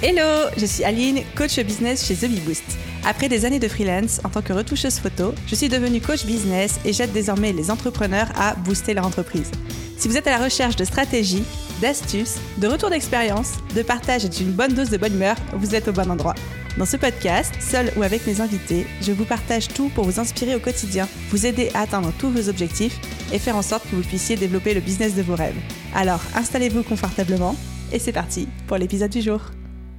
Hello, je suis Aline, coach business chez The Bee Boost. Après des années de freelance en tant que retoucheuse photo, je suis devenue coach business et j'aide désormais les entrepreneurs à booster leur entreprise. Si vous êtes à la recherche de stratégies, d'astuces, de retours d'expérience, de partage et d'une bonne dose de bonne humeur, vous êtes au bon endroit. Dans ce podcast, seul ou avec mes invités, je vous partage tout pour vous inspirer au quotidien, vous aider à atteindre tous vos objectifs et faire en sorte que vous puissiez développer le business de vos rêves. Alors, installez-vous confortablement et c'est parti pour l'épisode du jour.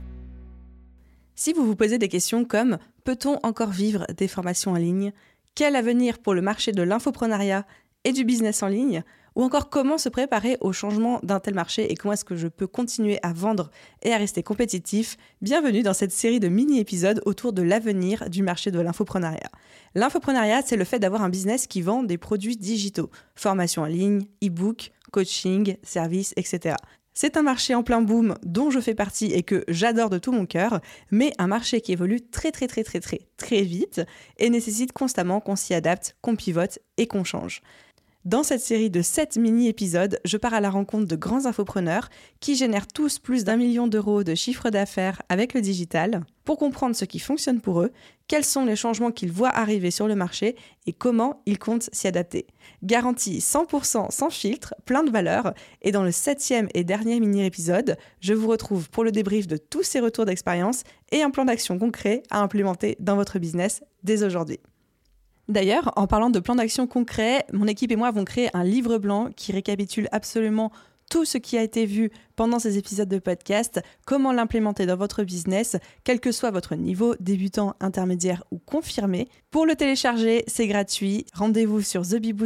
Si vous vous posez des questions comme « Peut-on encore vivre des formations en ligne ? Quel avenir pour le marché de l'infoprenariat et du business en ligne ? Ou encore comment se préparer au changement d'un tel marché et comment est-ce que je peux continuer à vendre et à rester compétitif ? Bienvenue dans cette série de mini-épisodes autour de l'avenir du marché de l'infoprenariat. L'infoprenariat, c'est le fait d'avoir un business qui vend des produits digitaux, formation en ligne, e-book, coaching, services, etc. C'est un marché en plein boom dont je fais partie et que j'adore de tout mon cœur, mais un marché qui évolue très vite et nécessite constamment qu'on s'y adapte, qu'on pivote et qu'on change. Dans cette série de 7 mini-épisodes, je pars à la rencontre de grands infopreneurs qui génèrent tous plus d'1 million d'euros de chiffre d'affaires avec le digital pour comprendre ce qui fonctionne pour eux, quels sont les changements qu'ils voient arriver sur le marché et comment ils comptent s'y adapter. Garantie 100% sans filtre, plein de valeur. Et dans le 7e et dernier mini-épisode, je vous retrouve pour le débrief de tous ces retours d'expérience et un plan d'action concret à implémenter dans votre business dès aujourd'hui. D'ailleurs, en parlant de plan d'action concret, mon équipe et moi avons créé un livre blanc qui récapitule absolument tout ce qui a été vu pendant ces épisodes de podcast, comment l'implémenter dans votre business, quel que soit votre niveau, débutant, intermédiaire ou confirmé. Pour le télécharger, c'est gratuit. Rendez-vous sur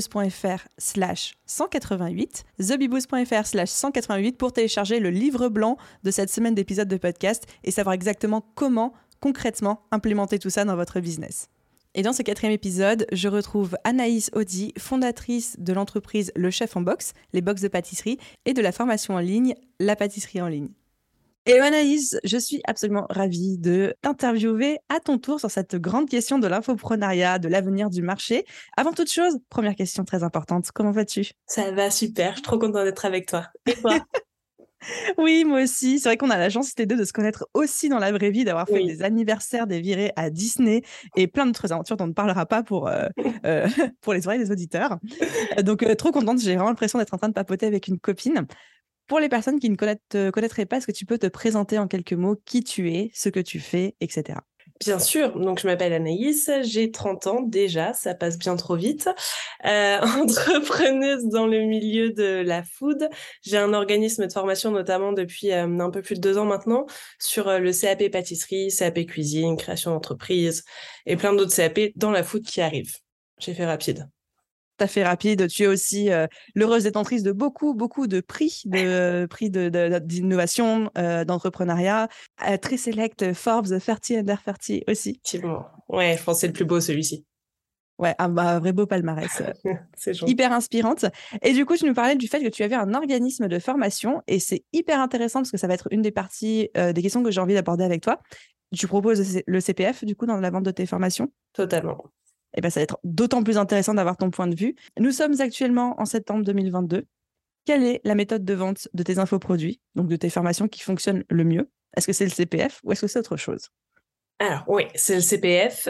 thebeboost.fr/188, thebeboost.fr/188 pour télécharger le livre blanc de cette semaine d'épisodes de podcast et savoir exactement comment, concrètement, implémenter tout ça dans votre business. Et dans ce 4e épisode, je retrouve Anaïs Audy, fondatrice de l'entreprise Le Chef en Box, les box de pâtisserie, et de la formation en ligne, la pâtisserie en ligne. Et Anaïs, je suis absolument ravie de t'interviewer à ton tour sur cette grande question de l'infoprenariat, de l'avenir du marché. Avant toute chose, première question très importante, comment vas-tu ? Ça va super, je suis trop contente d'être avec toi. Et toi ? Oui, moi aussi. C'est vrai qu'on a la chance, les deux, de se connaître aussi dans la vraie vie, d'avoir fait des anniversaires, des virées à Disney et plein d'autres aventures dont on ne parlera pas pour les oreilles des auditeurs. Donc, trop contente. J'ai vraiment l'impression d'être en train de papoter avec une copine. Pour les personnes qui ne te connaîtraient pas, est-ce que tu peux te présenter en quelques mots qui tu es, ce que tu fais, etc. Bien sûr, donc je m'appelle Anaïs, j'ai 30 ans déjà, ça passe bien trop vite. Entrepreneuse dans le milieu de la food. J'ai un organisme de formation notamment depuis un peu plus de 2 ans maintenant sur le CAP pâtisserie, CAP cuisine, création d'entreprise et plein d'autres CAP dans la food qui arrivent. J'ai fait rapide. T'as fait rapide, tu es aussi l'heureuse détentrice de beaucoup de prix, d'innovation, d'entrepreneuriat, très select, Forbes, 30 Under 30 aussi. Effectivement. Ouais, je pense que c'est le plus beau celui-ci. Ouais, un vrai beau palmarès. C'est gentil. Hyper inspirante. Et du coup, tu nous parlais du fait que tu avais un organisme de formation et c'est hyper intéressant parce que ça va être une des parties des questions que j'ai envie d'aborder avec toi. Tu proposes le CPF du coup dans la vente de tes formations ? Totalement. Et ben, ça va être d'autant plus intéressant d'avoir ton point de vue. Nous sommes actuellement en septembre 2022. Quelle est la méthode de vente de tes infoproduits, donc de tes formations qui fonctionne le mieux ? Est-ce que c'est le CPF ou est-ce que c'est autre chose ? Alors oui, c'est le CPF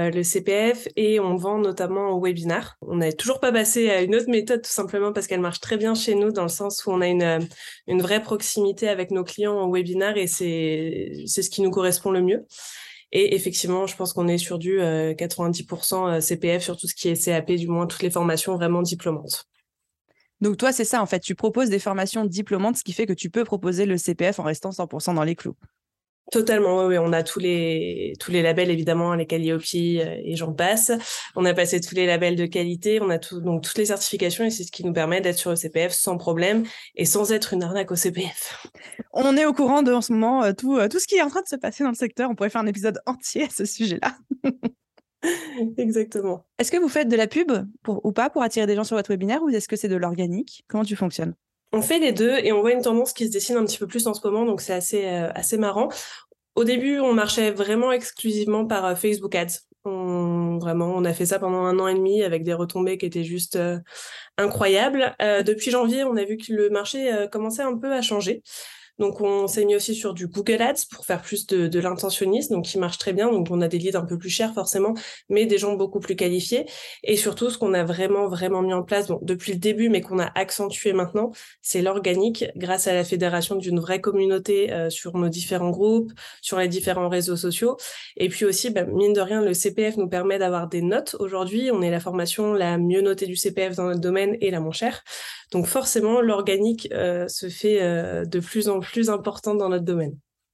et on vend notamment au webinar. On n'est toujours pas passé à une autre méthode tout simplement parce qu'elle marche très bien chez nous dans le sens où on a une vraie proximité avec nos clients au webinar et c'est ce qui nous correspond le mieux. Et effectivement, je pense qu'on est sur du 90% CPF sur tout ce qui est CAP, du moins toutes les formations vraiment diplômantes. Donc toi, c'est ça en fait, tu proposes des formations diplômantes, ce qui fait que tu peux proposer le CPF en restant 100% dans les clous. Totalement, oui, on a tous les labels évidemment, les Calliope et j'en passe. On a passé tous les labels de qualité, on a donc toutes les certifications et c'est ce qui nous permet d'être sur le CPF sans problème et sans être une arnaque au CPF. On est au courant en ce moment tout ce qui est en train de se passer dans le secteur. On pourrait faire un épisode entier à ce sujet-là. Exactement. Est-ce que vous faites de la pub ou pas pour attirer des gens sur votre webinaire ou est-ce que c'est de l'organique ? Comment tu fonctionnes ? On fait les deux et on voit une tendance qui se dessine un petit peu plus en ce moment, donc c'est assez marrant. Au début, on marchait vraiment exclusivement par Facebook Ads. On a fait ça pendant 1 an et demi avec des retombées qui étaient juste incroyables. Depuis janvier, on a vu que le marché commençait un peu à changer. Donc, on s'est mis aussi sur du Google Ads pour faire plus de l'intentionniste, donc qui marche très bien. Donc, on a des leads un peu plus chers forcément, mais des gens beaucoup plus qualifiés. Et surtout, ce qu'on a vraiment, vraiment mis en place, bon, depuis le début, mais qu'on a accentué maintenant, c'est l'organique grâce à la fédération d'une vraie communauté sur nos différents groupes, sur les différents réseaux sociaux. Et puis aussi, mine de rien, le CPF nous permet d'avoir des notes. Aujourd'hui, on est la formation la mieux notée du CPF dans notre domaine et la moins chère. Donc forcément, l'organique se fait de plus en plus important dans notre domaine.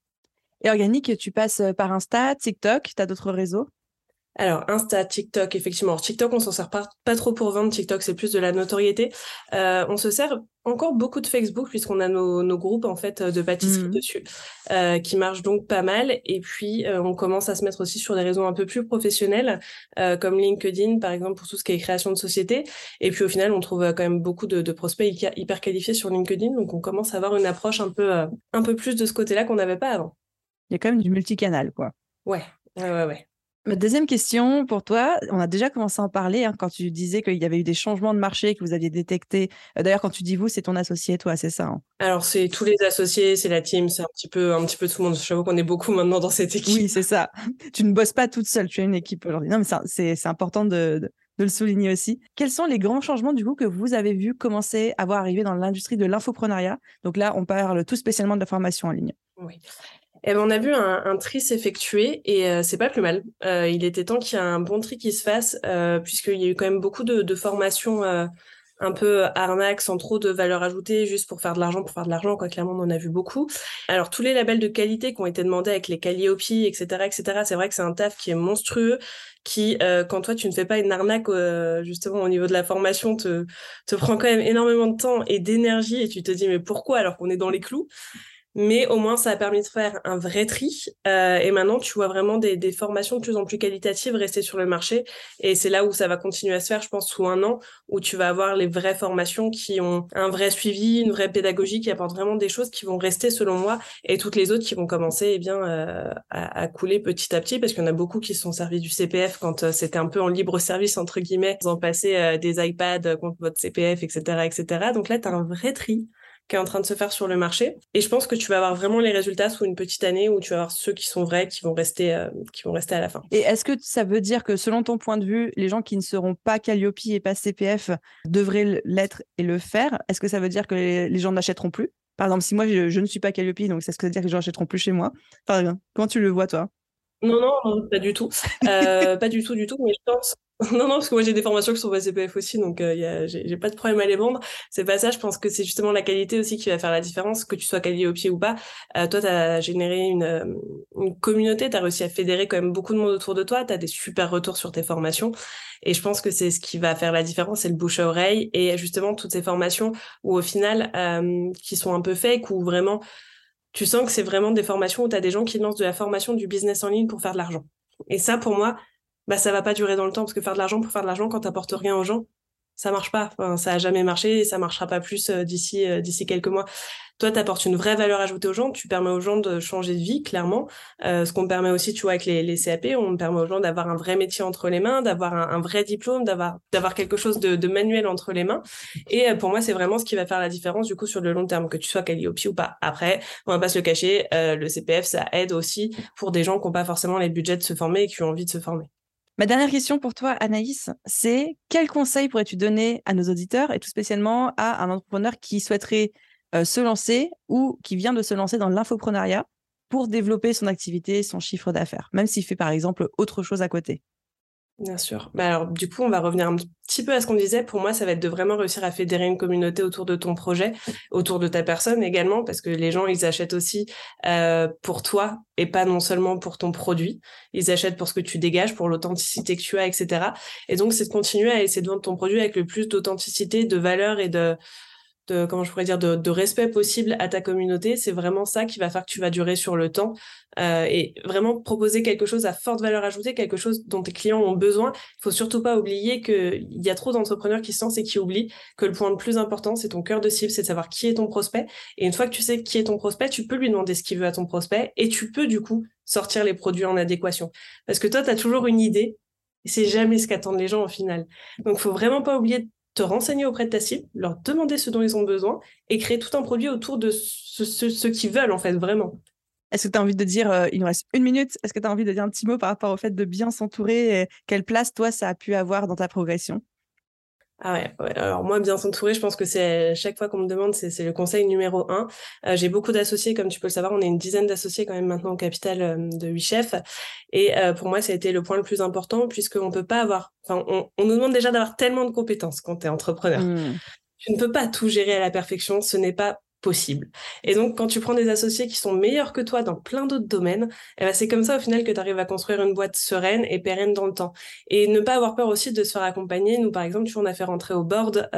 Et organique, tu passes par Insta, TikTok, tu as d'autres réseaux? Alors, Insta, TikTok, effectivement. Alors, TikTok, on s'en sert pas trop pour vendre. TikTok, c'est plus de la notoriété. On se sert encore beaucoup de Facebook puisqu'on a nos groupes en fait de pâtisserie dessus qui marchent donc pas mal. Et puis, on commence à se mettre aussi sur des réseaux un peu plus professionnels comme LinkedIn, par exemple, pour tout ce qui est création de société. Et puis, au final, on trouve quand même beaucoup de prospects hyper qualifiés sur LinkedIn. Donc, on commence à avoir une approche un peu plus de ce côté-là qu'on n'avait pas avant. Il y a quand même du multicanal, quoi. Ouais. Ma deuxième question pour toi, on a déjà commencé à en parler quand tu disais qu'il y avait eu des changements de marché que vous aviez détectés. D'ailleurs, quand tu dis vous, c'est ton associé, toi, c'est ça? Alors, c'est tous les associés, c'est la team, c'est un petit peu tout le monde. J'avoue qu'on est beaucoup maintenant dans cette équipe. Oui, c'est ça. Tu ne bosses pas toute seule, tu as une équipe aujourd'hui. Non, mais c'est important de le souligner aussi. Quels sont les grands changements du coup que vous avez vu commencer à voir arriver dans l'industrie de l'infoprenariat? Donc là, on parle tout spécialement de la formation en ligne. Oui. On a vu un tri s'effectuer et c'est pas plus mal. Il était temps qu'il y ait un bon tri qui se fasse puisqu'il y a eu quand même beaucoup de formations un peu arnaques sans trop de valeur ajoutée juste pour faire de l'argent, quoi. Clairement, on en a vu beaucoup. Alors, tous les labels de qualité qui ont été demandés avec les Calliope, etc., c'est vrai que c'est un taf qui est monstrueux qui, quand toi, tu ne fais pas une arnaque justement au niveau de la formation, te prend quand même énormément de temps et d'énergie et tu te dis mais pourquoi alors qu'on est dans les clous? Mais au moins, ça a permis de faire un vrai tri. Et maintenant, tu vois vraiment des formations de plus en plus qualitatives rester sur le marché. Et c'est là où ça va continuer à se faire, je pense, sous un an, où tu vas avoir les vraies formations qui ont un vrai suivi, une vraie pédagogie, qui apportent vraiment des choses qui vont rester, selon moi, et toutes les autres qui vont commencer à couler petit à petit, parce qu'il y en a beaucoup qui se sont servis du CPF quand c'était un peu en libre service, entre guillemets, en passer des iPads contre votre CPF, etc., etc. Donc là, tu as un vrai tri qui est en train de se faire sur le marché. Et je pense que tu vas avoir vraiment les résultats sous une petite année où tu vas avoir ceux qui sont vrais, qui vont rester à la fin. Et est-ce que ça veut dire que, selon ton point de vue, les gens qui ne seront pas Calliope et pas CPF devraient l'être et le faire? Est-ce que ça veut dire que les gens n'achèteront plus? Par exemple, si moi, je ne suis pas Calliope, donc c'est ce que ça veut dire que les gens n'achèteront plus chez moi. Enfin, comment tu le vois, toi? Non, pas du tout. Pas du tout, mais je pense... Non, parce que moi j'ai des formations qui sont pas CPF aussi, donc j'ai pas de problème à les vendre. C'est pas ça, je pense que c'est justement la qualité aussi qui va faire la différence, que tu sois qualifié au pied ou pas. Toi, tu as généré une communauté, tu as réussi à fédérer quand même beaucoup de monde autour de toi, tu as des super retours sur tes formations. Et je pense que c'est ce qui va faire la différence, c'est le bouche à oreille. Et justement, toutes ces formations où au final, qui sont un peu fake, ou vraiment... Tu sens que c'est vraiment des formations où tu as des gens qui lancent de la formation du business en ligne pour faire de l'argent. Et ça, pour moi, ça va pas durer dans le temps parce que faire de l'argent pour faire de l'argent quand t'apportes rien aux gens, ça marche pas. Enfin, ça a jamais marché et ça marchera pas plus d'ici quelques mois. Toi, t'apportes une vraie valeur ajoutée aux gens, tu permets aux gens de changer de vie, clairement. Ce qu'on permet aussi, tu vois, avec les CAP, on permet aux gens d'avoir un vrai métier entre les mains, d'avoir un vrai diplôme, d'avoir quelque chose de manuel entre les mains. Et pour moi, c'est vraiment ce qui va faire la différence, du coup, sur le long terme, que tu sois Calliope ou pas. Après, on va pas se le cacher, le CPF, ça aide aussi pour des gens qui n'ont pas forcément les budgets de se former et qui ont envie de se former. Ma dernière question pour toi, Anaïs, c'est quel conseil pourrais-tu donner à nos auditeurs et tout spécialement à un entrepreneur qui souhaiterait se lancer ou qui vient de se lancer dans l'infoprenariat pour développer son activité, son chiffre d'affaires, même s'il fait par exemple autre chose à côté? Bien sûr. Alors, du coup, on va revenir un petit peu à ce qu'on disait. Pour moi, ça va être de vraiment réussir à fédérer une communauté autour de ton projet, autour de ta personne également, parce que les gens, ils achètent aussi pour toi et pas non seulement pour ton produit. Ils achètent pour ce que tu dégages, pour l'authenticité que tu as, etc. Et donc, c'est de continuer à essayer de vendre ton produit avec le plus d'authenticité, de valeur et comment je pourrais dire, de respect possible à ta communauté. C'est vraiment ça qui va faire que tu vas durer sur le temps et vraiment proposer quelque chose à forte valeur ajoutée, quelque chose dont tes clients ont besoin. Il faut surtout pas oublier qu'il y a trop d'entrepreneurs qui se lancent et qui oublient que le point le plus important, c'est ton cœur de cible, c'est de savoir qui est ton prospect. Et une fois que tu sais qui est ton prospect, tu peux lui demander ce qu'il veut à ton prospect et tu peux du coup sortir les produits en adéquation. Parce que toi, tu as toujours une idée et c'est jamais ce qu'attendent les gens au final. Donc, faut vraiment pas oublier te renseigner auprès de ta cible, leur demander ce dont ils ont besoin et créer tout un produit autour de ce qu'ils veulent, en fait, vraiment. Est-ce que tu as envie de dire, il nous reste 1 minute, est-ce que tu as envie de dire un petit mot par rapport au fait de bien s'entourer et quelle place, toi, ça a pu avoir dans ta progression? Ah ouais. Alors moi, bien s'entourer, je pense que c'est chaque fois qu'on me demande, c'est le conseil numéro 1. J'ai beaucoup d'associés, comme tu peux le savoir, on est une dizaine d'associés quand même maintenant au capital de 8 chefs. Et pour moi, ça a été le point le plus important puisqu'on peut pas avoir, enfin, on nous demande déjà d'avoir tellement de compétences quand tu es entrepreneur. Tu ne peux pas tout gérer à la perfection, ce n'est pas possible. Et donc, quand tu prends des associés qui sont meilleurs que toi dans plein d'autres domaines, eh ben, c'est comme ça au final que tu arrives à construire une boîte sereine et pérenne dans le temps. Et ne pas avoir peur aussi de se faire accompagner. Nous, par exemple, on a fait rentrer au board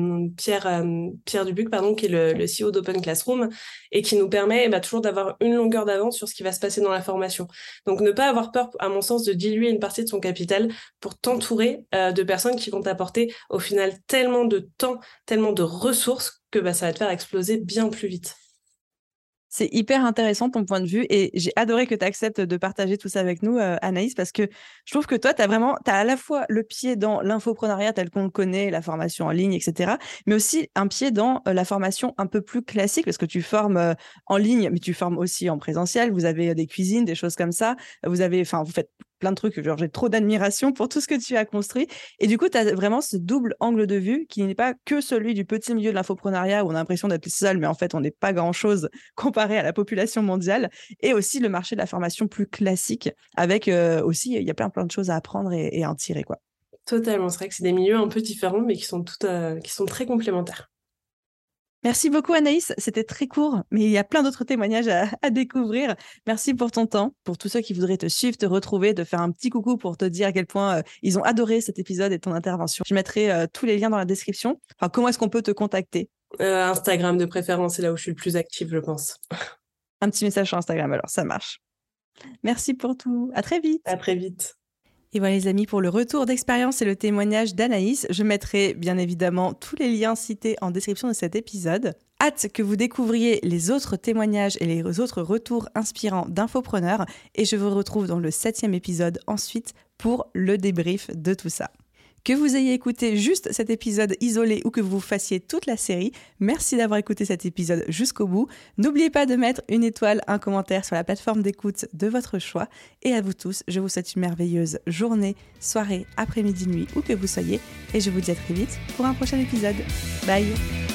Pierre Dubuc, pardon, qui est le CEO d'Open Classroom et qui nous permet toujours d'avoir une longueur d'avance sur ce qui va se passer dans la formation. Donc, ne pas avoir peur, à mon sens, de diluer une partie de son capital pour t'entourer de personnes qui vont t'apporter au final tellement de temps, tellement de ressources que ça va te faire exploser bien plus vite. C'est hyper intéressant ton point de vue et j'ai adoré que tu acceptes de partager tout ça avec nous, Anaïs, parce que je trouve que toi, tu as à la fois le pied dans l'infoprenariat tel qu'on le connaît, la formation en ligne, etc., mais aussi un pied dans la formation un peu plus classique, parce que tu formes en ligne, mais tu formes aussi en présentiel. Vous avez des cuisines, des choses comme ça. Vous faites plein de trucs. Genre, j'ai trop d'admiration pour tout ce que tu as construit. Et du coup, tu as vraiment ce double angle de vue qui n'est pas que celui du petit milieu de l'infoprenariat où on a l'impression d'être seul, mais en fait, on n'est pas grand-chose comparé à la population mondiale, et aussi le marché de la formation plus classique avec aussi, il y a plein de choses à apprendre et à en tirer, quoi. Totalement, c'est vrai que c'est des milieux un peu différents, mais qui sont très complémentaires. Merci beaucoup Anaïs, c'était très court, mais il y a plein d'autres témoignages à découvrir. Merci pour ton temps, pour tous ceux qui voudraient te suivre, te retrouver, te faire un petit coucou pour te dire à quel point ils ont adoré cet épisode et ton intervention. Je mettrai tous les liens dans la description. Enfin, comment est-ce qu'on peut te contacter? Instagram de préférence, c'est là où je suis le plus active, je pense. Un petit message sur Instagram, alors ça marche. Merci pour tout, à très vite. À très vite. Et voilà les amis, pour le retour d'expérience et le témoignage d'Anaïs, je mettrai bien évidemment tous les liens cités en description de cet épisode. Hâte que vous découvriez les autres témoignages et les autres retours inspirants d'infopreneurs, et je vous retrouve dans le 7e épisode ensuite pour le débrief de tout ça. Que vous ayez écouté juste cet épisode isolé ou que vous fassiez toute la série, merci d'avoir écouté cet épisode jusqu'au bout. N'oubliez pas de mettre une étoile, un commentaire sur la plateforme d'écoute de votre choix. Et à vous tous, je vous souhaite une merveilleuse journée, soirée, après-midi, nuit, où que vous soyez. Et je vous dis à très vite pour un prochain épisode. Bye!